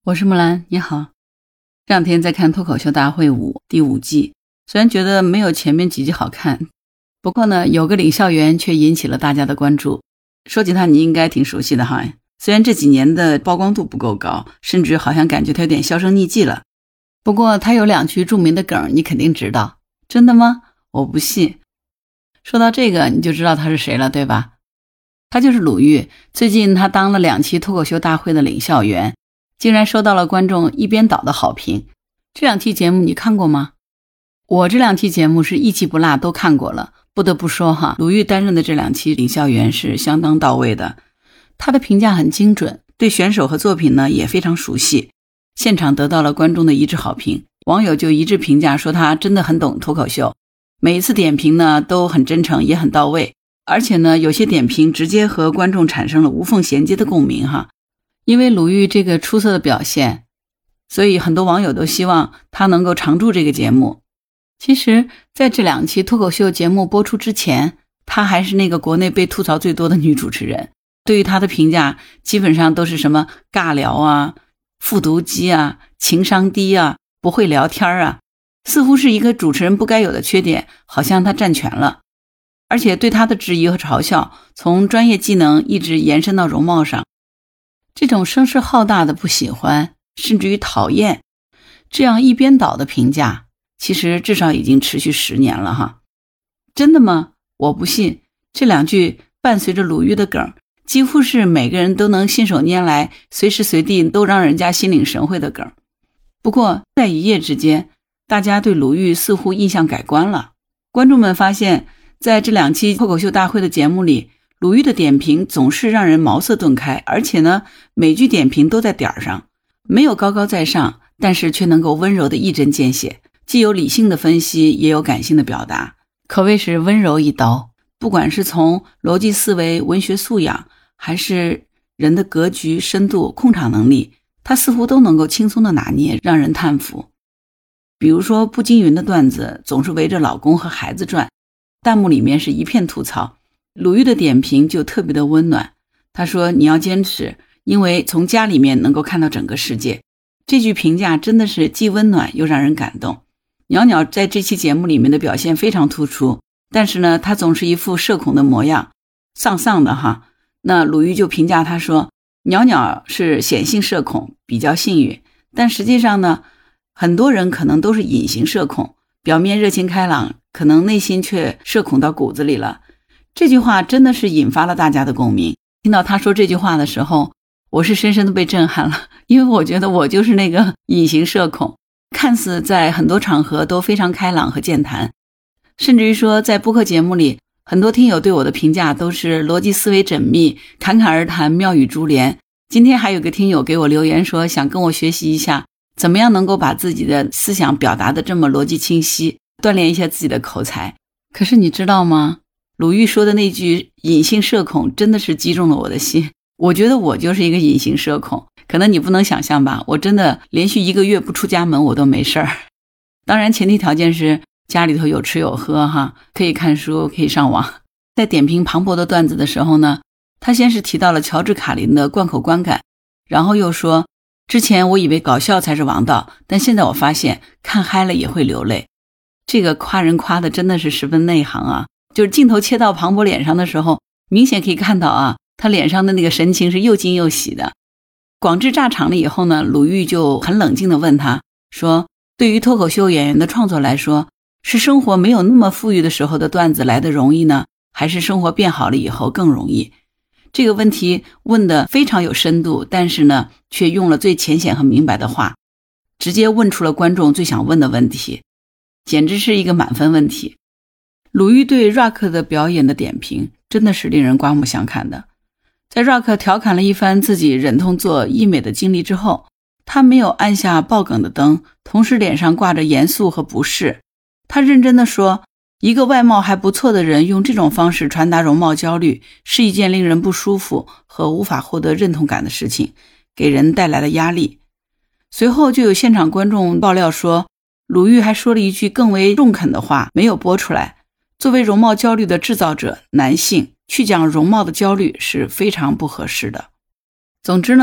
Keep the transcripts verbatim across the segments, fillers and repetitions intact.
我是木兰，你好。这两天在看脱口秀大会五第五季，虽然觉得没有前面几集好看，不过呢，有个领笑员却引起了大家的关注。说起他你应该挺熟悉的哈，虽然这几年的曝光度不够高，甚至好像感觉他有点销声匿迹了。不过他有两句著名的梗你肯定知道。真的吗？我不信。说到这个你就知道他是谁了，对吧？他就是鲁豫。最近他当了两期脱口秀大会的领笑员，竟然收到了观众一边倒的好评。这两期节目你看过吗？我这两期节目是一期不落都看过了。不得不说哈，鲁豫担任的这两期领笑员是相当到位的。他的评价很精准，对选手和作品呢也非常熟悉，现场得到了观众的一致好评。网友就一致评价说他真的很懂脱口秀，每一次点评呢都很真诚也很到位，而且呢有些点评直接和观众产生了无缝衔接的共鸣哈。因为鲁豫这个出色的表现，所以很多网友都希望他能够常驻这个节目。其实在这两期脱口秀节目播出之前，他还是那个国内被吐槽最多的女主持人。对于他的评价基本上都是什么尬聊啊、复读机啊、情商低啊、不会聊天啊，似乎是一个主持人不该有的缺点，好像他占全了。而且对他的质疑和嘲笑从专业技能一直延伸到容貌上。这种声势浩大的不喜欢甚至于讨厌，这样一边倒的评价其实至少已经持续十年了哈。真的吗？我不信。这两句伴随着鲁豫的梗，几乎是每个人都能信手拈来，随时随地都让人家心领神会的梗。不过在一夜之间，大家对鲁豫似乎印象改观了。观众们发现在这两期脱口秀大会的节目里，鲁豫的点评总是让人茅塞顿开，而且呢每句点评都在点上，没有高高在上，但是却能够温柔的一针见血，既有理性的分析也有感性的表达，可谓是温柔一刀。不管是从逻辑思维、文学素养，还是人的格局、深度、控场能力，他似乎都能够轻松的拿捏，让人叹服。比如说步惊云的段子总是围着老公和孩子转，弹幕里面是一片吐槽，鲁豫的点评就特别的温暖。他说你要坚持，因为从家里面能够看到整个世界。这句评价真的是既温暖又让人感动。袅袅在这期节目里面的表现非常突出，但是呢他总是一副社恐的模样，丧丧的哈。那鲁豫就评价他说，袅袅是显性社恐，比较幸运，但实际上呢很多人可能都是隐形社恐，表面热情开朗，可能内心却社恐到骨子里了。这句话真的是引发了大家的共鸣。听到他说这句话的时候，我是深深的被震撼了，因为我觉得我就是那个隐形社恐，看似在很多场合都非常开朗和健谈，甚至于说在播客节目里，很多听友对我的评价都是逻辑思维缜密，侃侃而谈，妙语珠联。今天还有个听友给我留言说想跟我学习一下怎么样能够把自己的思想表达的这么逻辑清晰，锻炼一下自己的口才。可是你知道吗，鲁豫说的那句隐性社恐真的是击中了我的心。我觉得我就是一个隐形社恐，可能你不能想象吧，我真的连续一个月不出家门我都没事儿。当然前提条件是家里头有吃有喝哈，可以看书，可以上网。在点评庞博的段子的时候呢，他先是提到了乔治卡林的贯口观感，然后又说之前我以为搞笑才是王道，但现在我发现看嗨了也会流泪。这个夸人夸的真的是十分内行啊。就是镜头切到庞博脸上的时候，明显可以看到啊，他脸上的那个神情是又惊又喜的。广智炸场了以后呢，鲁豫就很冷静地问他说，对于脱口秀演员的创作来说，是生活没有那么富裕的时候的段子来得容易呢，还是生活变好了以后更容易？这个问题问得非常有深度，但是呢却用了最浅显和明白的话，直接问出了观众最想问的问题，简直是一个满分问题。鲁豫对 Rock 的表演的点评真的是令人刮目相看的。在 Rock 调侃了一番自己忍痛做医美的经历之后，他没有按下爆梗的灯，同时脸上挂着严肃和不适。他认真地说，一个外貌还不错的人用这种方式传达容貌焦虑，是一件令人不舒服和无法获得认同感的事情，给人带来了压力。随后就有现场观众爆料说，鲁豫还说了一句更为中肯的话，没有播出来。作为容貌焦虑的制造者，男性去讲容貌的焦虑是非常不合适的。总之呢，鲁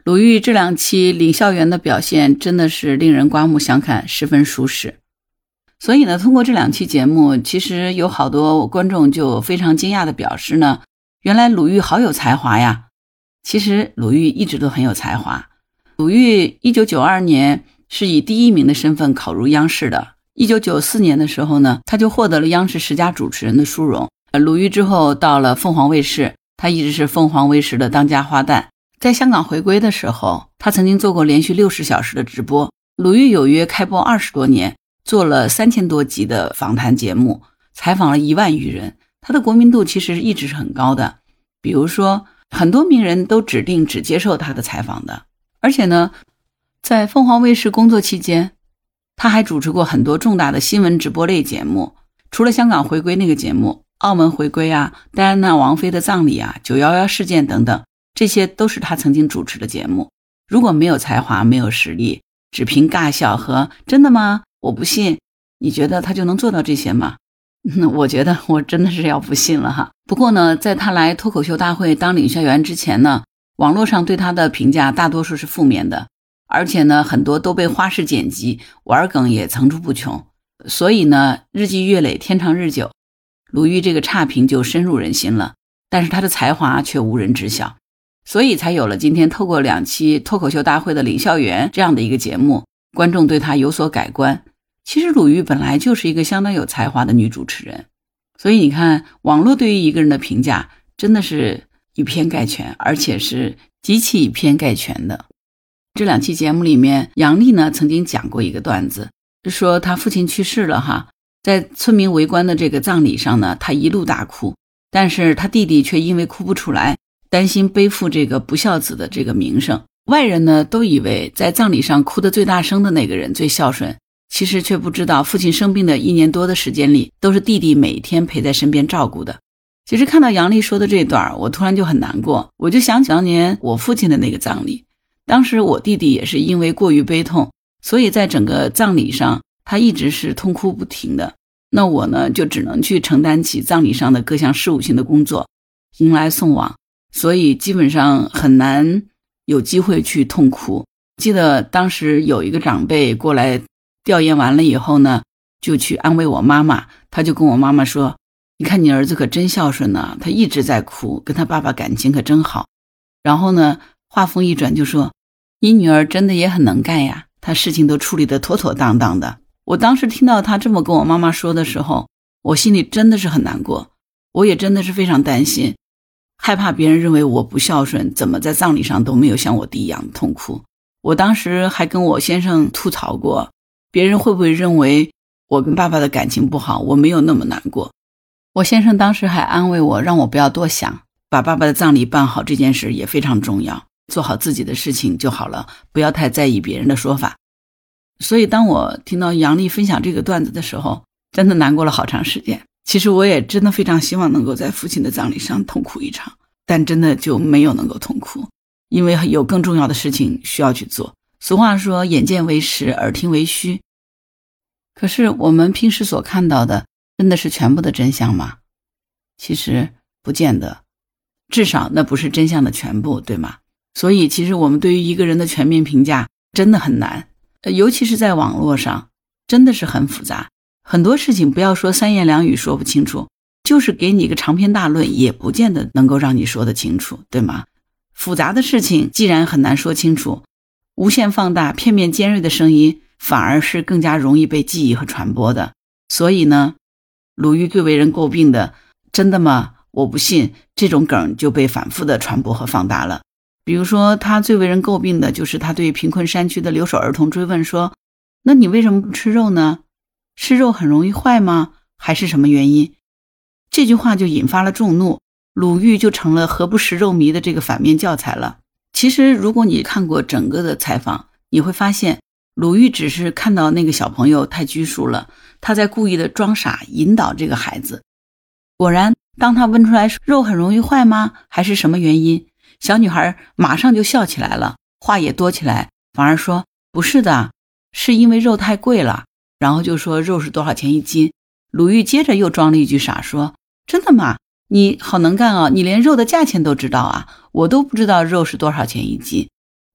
鲁豫这两期领校园的表现真的是令人刮目相看，十分舒适。所以呢，通过这两期节目，其实有好多观众就非常惊讶的表示呢，原来鲁豫好有才华呀。其实鲁豫一直都很有才华。鲁豫一九九二年是以第一名的身份考入央视的，一九九四年的时候呢，他就获得了央视十佳主持人的殊荣。鲁豫之后到了凤凰卫视，他一直是凤凰卫视的当家花旦。在香港回归的时候，他曾经做过连续六十小时的直播。鲁豫有约开播二十多年，做了三千多集的访谈节目，采访了一万余人，他的国民度其实一直是很高的。比如说很多名人都指定只接受他的采访的。而且呢，在凤凰卫视工作期间，他还主持过很多重大的新闻直播类节目，除了香港回归那个节目，澳门回归啊，戴安娜王妃的葬礼啊，九一一事件等等，这些都是他曾经主持的节目。如果没有才华，没有实力，只凭尬笑和真的吗？我不信，你觉得他就能做到这些吗？嗯，我觉得我真的是要不信了哈。不过呢，在他来脱口秀大会当领校员之前呢，网络上对他的评价大多数是负面的，而且呢，很多都被花式剪辑，玩梗也层出不穷。所以呢，日积月累，天长日久，鲁豫这个差评就深入人心了，但是他的才华却无人知晓，所以才有了今天透过两期脱口秀大会的领校员这样的一个节目，观众对他有所改观。其实鲁豫本来就是一个相当有才华的女主持人，所以你看，网络对于一个人的评价真的是以偏概全，而且是极其以偏概全的。这两期节目里面，杨笠呢曾经讲过一个段子，是说他父亲去世了哈，在村民围观的这个葬礼上呢，他一路大哭，但是他弟弟却因为哭不出来，担心背负这个不孝子的这个名声。外人呢都以为在葬礼上哭得最大声的那个人最孝顺，其实却不知道父亲生病的一年多的时间里，都是弟弟每天陪在身边照顾的。其实看到杨笠说的这段，我突然就很难过，我就想起当年我父亲的那个葬礼，当时我弟弟也是因为过于悲痛，所以在整个葬礼上他一直是痛哭不停的。那我呢就只能去承担起葬礼上的各项事务性的工作，迎来送往，所以基本上很难有机会去痛哭。记得当时有一个长辈过来调研完了以后呢，就去安慰我妈妈，他就跟我妈妈说，你看你儿子可真孝顺呢，他一直在哭，跟他爸爸感情可真好。然后呢话锋一转就说，你女儿真的也很能干呀，她事情都处理得妥妥当当的。我当时听到他这么跟我妈妈说的时候，我心里真的是很难过，我也真的是非常担心，害怕别人认为我不孝顺，怎么在葬礼上都没有像我弟一样痛哭。我当时还跟我先生吐槽过，别人会不会认为我跟爸爸的感情不好，我没有那么难过。我先生当时还安慰我，让我不要多想，把爸爸的葬礼办好这件事也非常重要，做好自己的事情就好了，不要太在意别人的说法。所以当我听到杨笠分享这个段子的时候，真的难过了好长时间。其实我也真的非常希望能够在父亲的葬礼上痛哭一场，但真的就没有能够痛哭，因为有更重要的事情需要去做。俗话说眼见为实，耳听为虚。可是我们平时所看到的真的是全部的真相吗？其实不见得，至少那不是真相的全部，对吗？所以其实我们对于一个人的全面评价真的很难，尤其是在网络上真的是很复杂，很多事情不要说三言两语说不清楚，就是给你一个长篇大论也不见得能够让你说得清楚，对吗？复杂的事情既然很难说清楚，无限放大片面尖锐的声音反而是更加容易被记忆和传播的。所以呢，鲁豫最为人诟病的真的吗？我不信，这种梗就被反复的传播和放大了。比如说他最为人诟病的就是他对贫困山区的留守儿童追问说，那你为什么不吃肉呢？吃肉很容易坏吗？还是什么原因？这句话就引发了众怒，鲁豫就成了何不食肉糜的这个反面教材了。其实如果你看过整个的采访，你会发现鲁豫只是看到那个小朋友太拘束了，他在故意的装傻引导这个孩子。果然当他问出来肉很容易坏吗？还是什么原因？小女孩马上就笑起来了，话也多起来，反而说不是的，是因为肉太贵了，然后就说肉是多少钱一斤。鲁豫接着又装了一句傻说，真的吗？你好能干啊，你连肉的价钱都知道啊，我都不知道肉是多少钱一斤。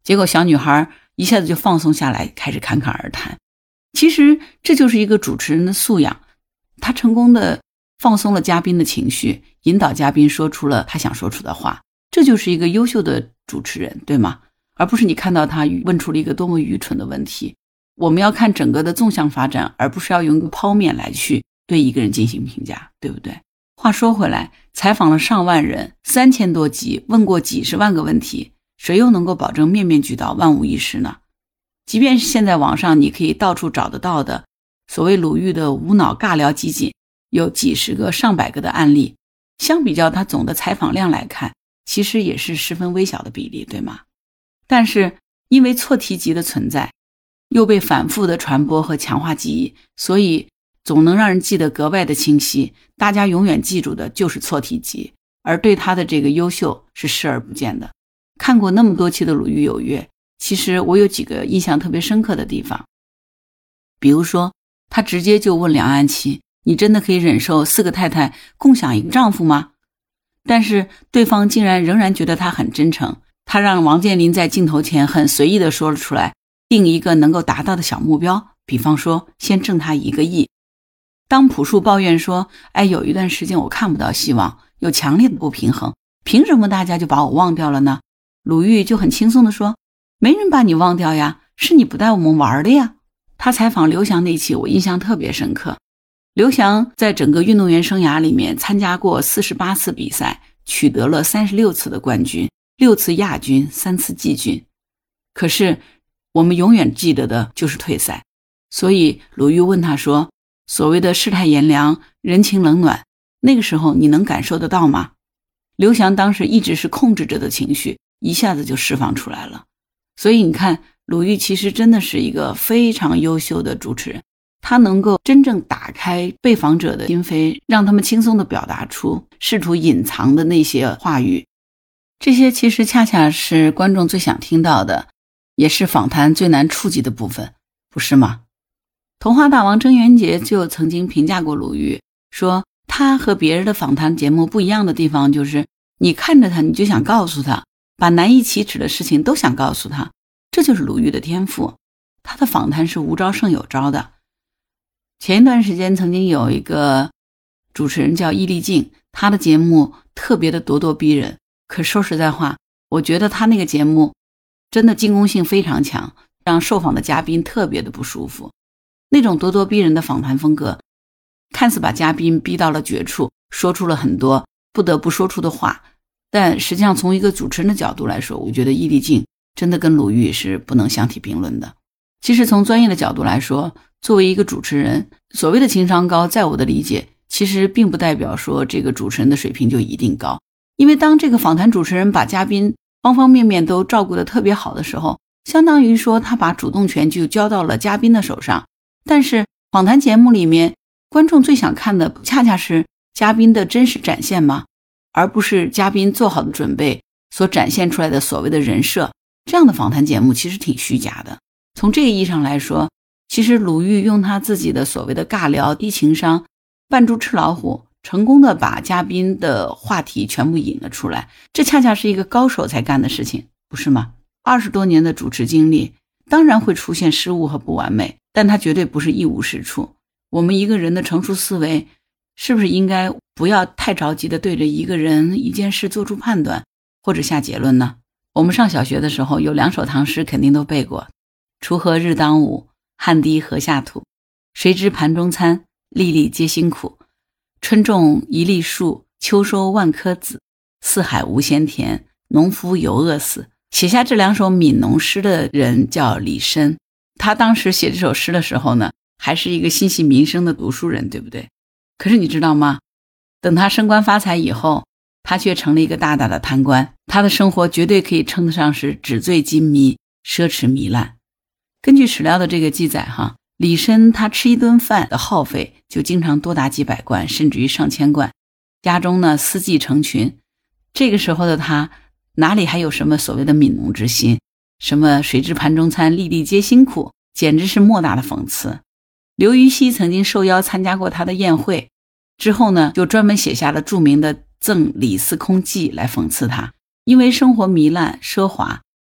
结果小女孩一下子就放松下来，开始侃侃而谈。其实这就是一个主持人的素养，他成功的放松了嘉宾的情绪，引导嘉宾说出了他想说出的话，这就是一个优秀的主持人，对吗？而不是你看到他问出了一个多么愚蠢的问题。我们要看整个的纵向发展，而不是要用一个剖面来去对一个人进行评价，对不对？话说回来，采访了上万人，三千多集，问过几十万个问题，谁又能够保证面面俱到，万无一失呢？即便是现在网上你可以到处找得到的所谓鲁豫的无脑尬聊集锦，有几十个上百个的案例，相比较他总的采访量来看，其实也是十分微小的比例，对吗？但是因为错题集的存在，又被反复的传播和强化记忆，所以总能让人记得格外的清晰，大家永远记住的就是错题集，而对他的这个优秀是视而不见的。看过那么多期的鲁豫有约，其实我有几个印象特别深刻的地方。比如说他直接就问梁安琪，你真的可以忍受四个太太共享一个丈夫吗？但是对方竟然仍然觉得他很真诚，他让王健林在镜头前很随意地说了出来，定一个能够达到的小目标，比方说先挣他一个亿。当朴树抱怨说，哎，有一段时间我看不到希望，有强烈的不平衡，凭什么大家就把我忘掉了呢？鲁豫就很轻松地说，没人把你忘掉呀，是你不带我们玩的呀。他采访刘翔那期我印象特别深刻，刘翔在整个运动员生涯里面参加过四十八次比赛，取得了三十六次的冠军，六次亚军，三次季军。可是我们永远记得的就是退赛。所以鲁豫问他说，所谓的世态炎凉，人情冷暖，那个时候你能感受得到吗？刘翔当时一直是控制着的情绪，一下子就释放出来了。所以你看，鲁豫其实真的是一个非常优秀的主持人，他能够真正打开被访者的心扉，让他们轻松地表达出试图隐藏的那些话语。这些其实恰恰是观众最想听到的，也是访谈最难触及的部分，不是吗？童话大王郑渊洁就曾经评价过鲁豫，说他和别人的访谈节目不一样的地方，就是你看着他你就想告诉他，把难以启齿的事情都想告诉他，这就是鲁豫的天赋。他的访谈是无招胜有招的。前一段时间曾经有一个主持人叫易立竞，他的节目特别的咄咄逼人，可说实在话，我觉得他那个节目真的进攻性非常强，让受访的嘉宾特别的不舒服。那种咄咄逼人的访谈风格，看似把嘉宾逼到了绝处，说出了很多不得不说出的话，但实际上从一个主持人的角度来说，我觉得易立竞真的跟鲁豫是不能相提并论的。其实从专业的角度来说，作为一个主持人，所谓的情商高，在我的理解，其实并不代表说这个主持人的水平就一定高。因为当这个访谈主持人把嘉宾方方面面都照顾得特别好的时候，相当于说他把主动权就交到了嘉宾的手上。但是访谈节目里面，观众最想看的不恰恰是嘉宾的真实展现吗？而不是嘉宾做好的准备所展现出来的所谓的人设。这样的访谈节目其实挺虚假的。从这个意义上来说，其实鲁豫用他自己的所谓的尬聊、低情商、扮猪吃老虎，成功的把嘉宾的话题全部引了出来，这恰恰是一个高手才干的事情，不是吗？二十多年的主持经历，当然会出现失误和不完美，但他绝对不是一无是处。我们一个人的成熟思维，是不是应该不要太着急的对着一个人一件事做出判断或者下结论呢？我们上小学的时候有两首唐诗肯定都背过，锄禾日当午，汗滴禾下土，谁知盘中餐，粒粒皆辛苦。春种一粒粟，秋收万颗子，四海无鲜田，农夫犹饿死。写下这两首悯农诗的人叫李绅，他当时写这首诗的时候呢，还是一个心系民生的读书人，对不对？可是你知道吗？等他升官发财以后，他却成了一个大大的贪官，他的生活绝对可以称得上是纸醉金迷，奢侈糜烂。根据史料的这个记载哈，李绅他吃一顿饭的耗费就经常多达几百贯，甚至于上千贯，家中呢司妓成群。这个时候的他哪里还有什么所谓的悯农之心，什么谁知盘中餐，粒粒皆辛苦，简直是莫大的讽刺。刘禹锡曾经受邀参加过他的宴会，之后呢就专门写下了著名的赠李司空记来讽刺他，因为生活糜烂奢华，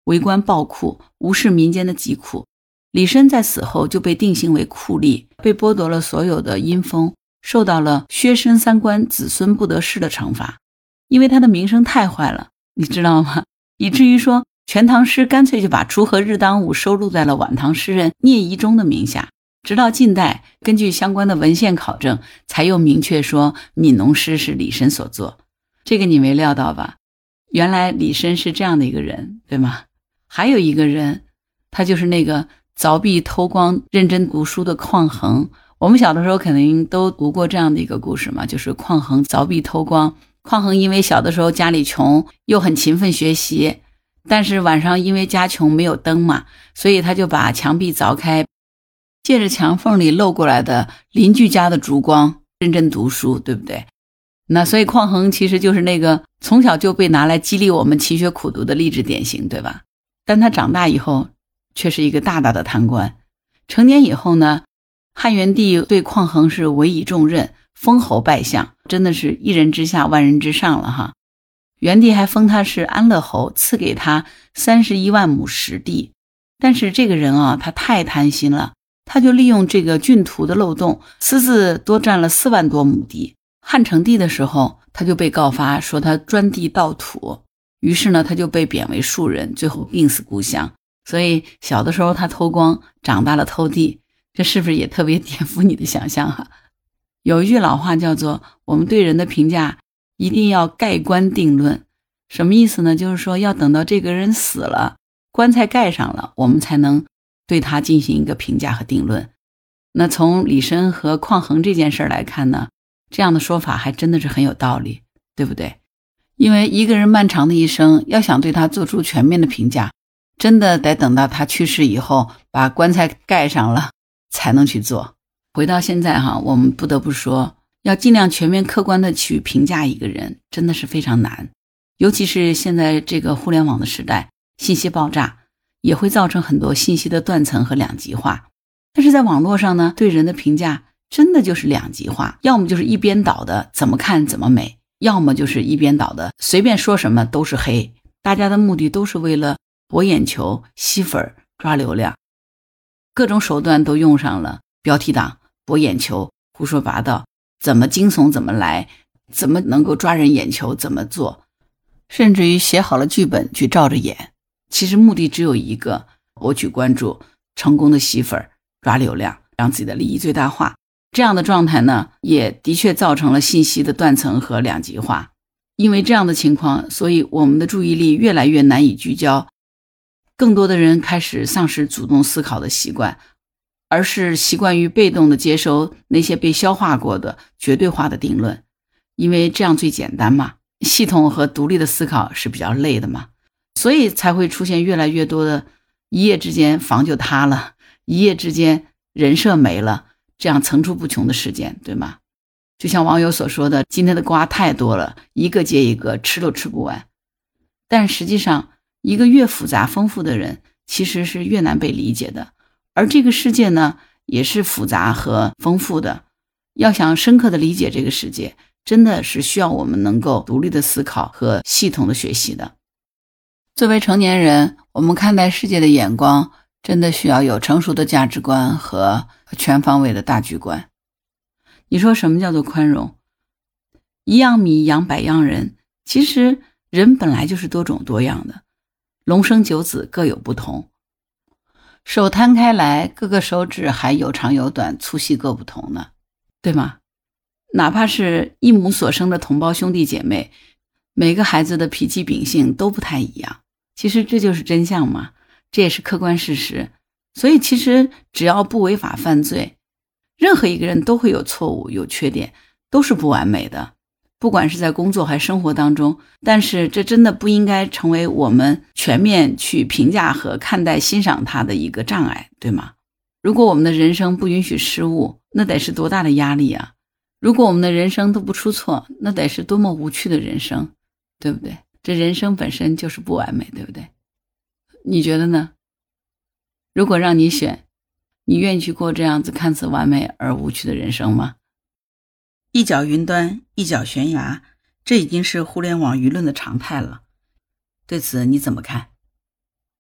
为官暴酷，无视民间的疾苦。李绅在死后就被定性为酷吏，被剥夺了所有的阴封，受到了削身三官子孙不得势的惩罚。因为他的名声太坏了，你知道吗？以至于说全唐诗干脆就把锄禾日当午收录在了晚唐诗人聂夷中的名下。直到近代，根据相关的文献考证，才又明确说悯农诗是李绅所作。这个你没料到吧？原来李绅是这样的一个人，对吗？还有一个人，他就是那个凿壁偷光认真读书的匡衡。我们小的时候肯定都读过这样的一个故事嘛，就是匡衡凿壁偷光。匡衡因为小的时候家里穷，又很勤奋学习，但是晚上因为家穷没有灯嘛，所以他就把墙壁凿开，借着墙缝里漏过来的邻居家的烛光认真读书，对不对？那所以匡衡其实就是那个从小就被拿来激励我们勤学苦读的励志典型，对吧？但他长大以后却是一个大大的贪官。成年以后呢，汉元帝对匡衡是委以重任，封侯拜相，真的是一人之下万人之上了哈。元帝还封他是安乐侯，赐给他三十一万亩实地。但是这个人啊，他太贪心了，他就利用这个郡土的漏洞，私自多占了四万多亩地。汉成帝的时候，他就被告发说他专地盗土，于是呢，他就被贬为庶人，最后病死故乡。所以小的时候他偷光，长大了偷地，这是不是也特别颠覆你的想象啊？有一句老话叫做我们对人的评价一定要盖棺定论。什么意思呢？就是说要等到这个人死了，棺材盖上了，我们才能对他进行一个评价和定论。那从李绅和匡衡这件事来看呢，这样的说法还真的是很有道理，对不对？因为一个人漫长的一生，要想对他做出全面的评价，真的得等到他去世以后，把棺材盖上了才能去做。回到现在哈，我们不得不说，要尽量全面客观的去评价一个人，真的是非常难。尤其是现在这个互联网的时代，信息爆炸，也会造成很多信息的断层和两极化。但是在网络上呢，对人的评价真的就是两极化，要么就是一边倒的怎么看怎么美，要么就是一边倒的随便说什么都是黑。大家的目的都是为了博眼球、吸粉、抓流量，各种手段都用上了，标题党、博眼球、胡说八道，怎么惊悚怎么来，怎么能够抓人眼球怎么做，甚至于写好了剧本去照着演。其实目的只有一个，博取关注，成功的吸粉、抓流量，让自己的利益最大化。这样的状态呢，也的确造成了信息的断层和两极化。因为这样的情况，所以我们的注意力越来越难以聚焦，更多的人开始丧失主动思考的习惯，而是习惯于被动的接收那些被消化过的绝对化的定论。因为这样最简单嘛，系统和独立的思考是比较累的嘛，所以才会出现越来越多的一夜之间房就塌了，一夜之间人设没了，这样层出不穷的事件，对吗？就像网友所说的，今天的瓜太多了，一个接一个，吃都吃不完。但实际上，一个越复杂丰富的人，其实是越难被理解的。而这个世界呢，也是复杂和丰富的。要想深刻的理解这个世界，真的是需要我们能够独立的思考和系统的学习的。作为成年人，我们看待世界的眼光，真的需要有成熟的价值观和全方位的大局观。你说什么叫做宽容？一样米养百样人，其实人本来就是多种多样的，龙生九子各有不同。手摊开来，各个手指还有长有短，粗细各不同呢，对吗？哪怕是一母所生的同胞兄弟姐妹，每个孩子的脾气秉性都不太一样。其实这就是真相嘛，这也是客观事实。所以其实只要不违法犯罪，任何一个人都会有错误有缺点，都是不完美的，不管是在工作还是生活当中。但是这真的不应该成为我们全面去评价和看待欣赏它的一个障碍，对吗？如果我们的人生不允许失误，那得是多大的压力啊！如果我们的人生都不出错，那得是多么无趣的人生，对不对？这人生本身就是不完美，对不对？你觉得呢？如果让你选，你愿意去过这样子看似完美而无趣的人生吗？一脚云端，一脚悬崖，这已经是互联网舆论的常态了。对此你怎么看？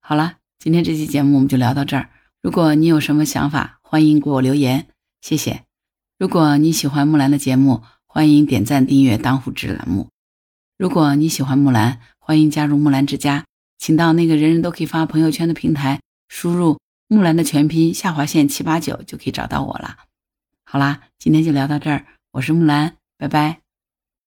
好了，今天这期节目我们就聊到这儿。如果你有什么想法，欢迎给我留言，谢谢。如果你喜欢木兰的节目，欢迎点赞订阅当户知栏目。如果你喜欢木兰，欢迎加入木兰之家，请到那个人人都可以发朋友圈的平台，输入木兰的全拼下划线七八九就可以找到我了。好啦，今天就聊到这儿，我是木兰，拜拜。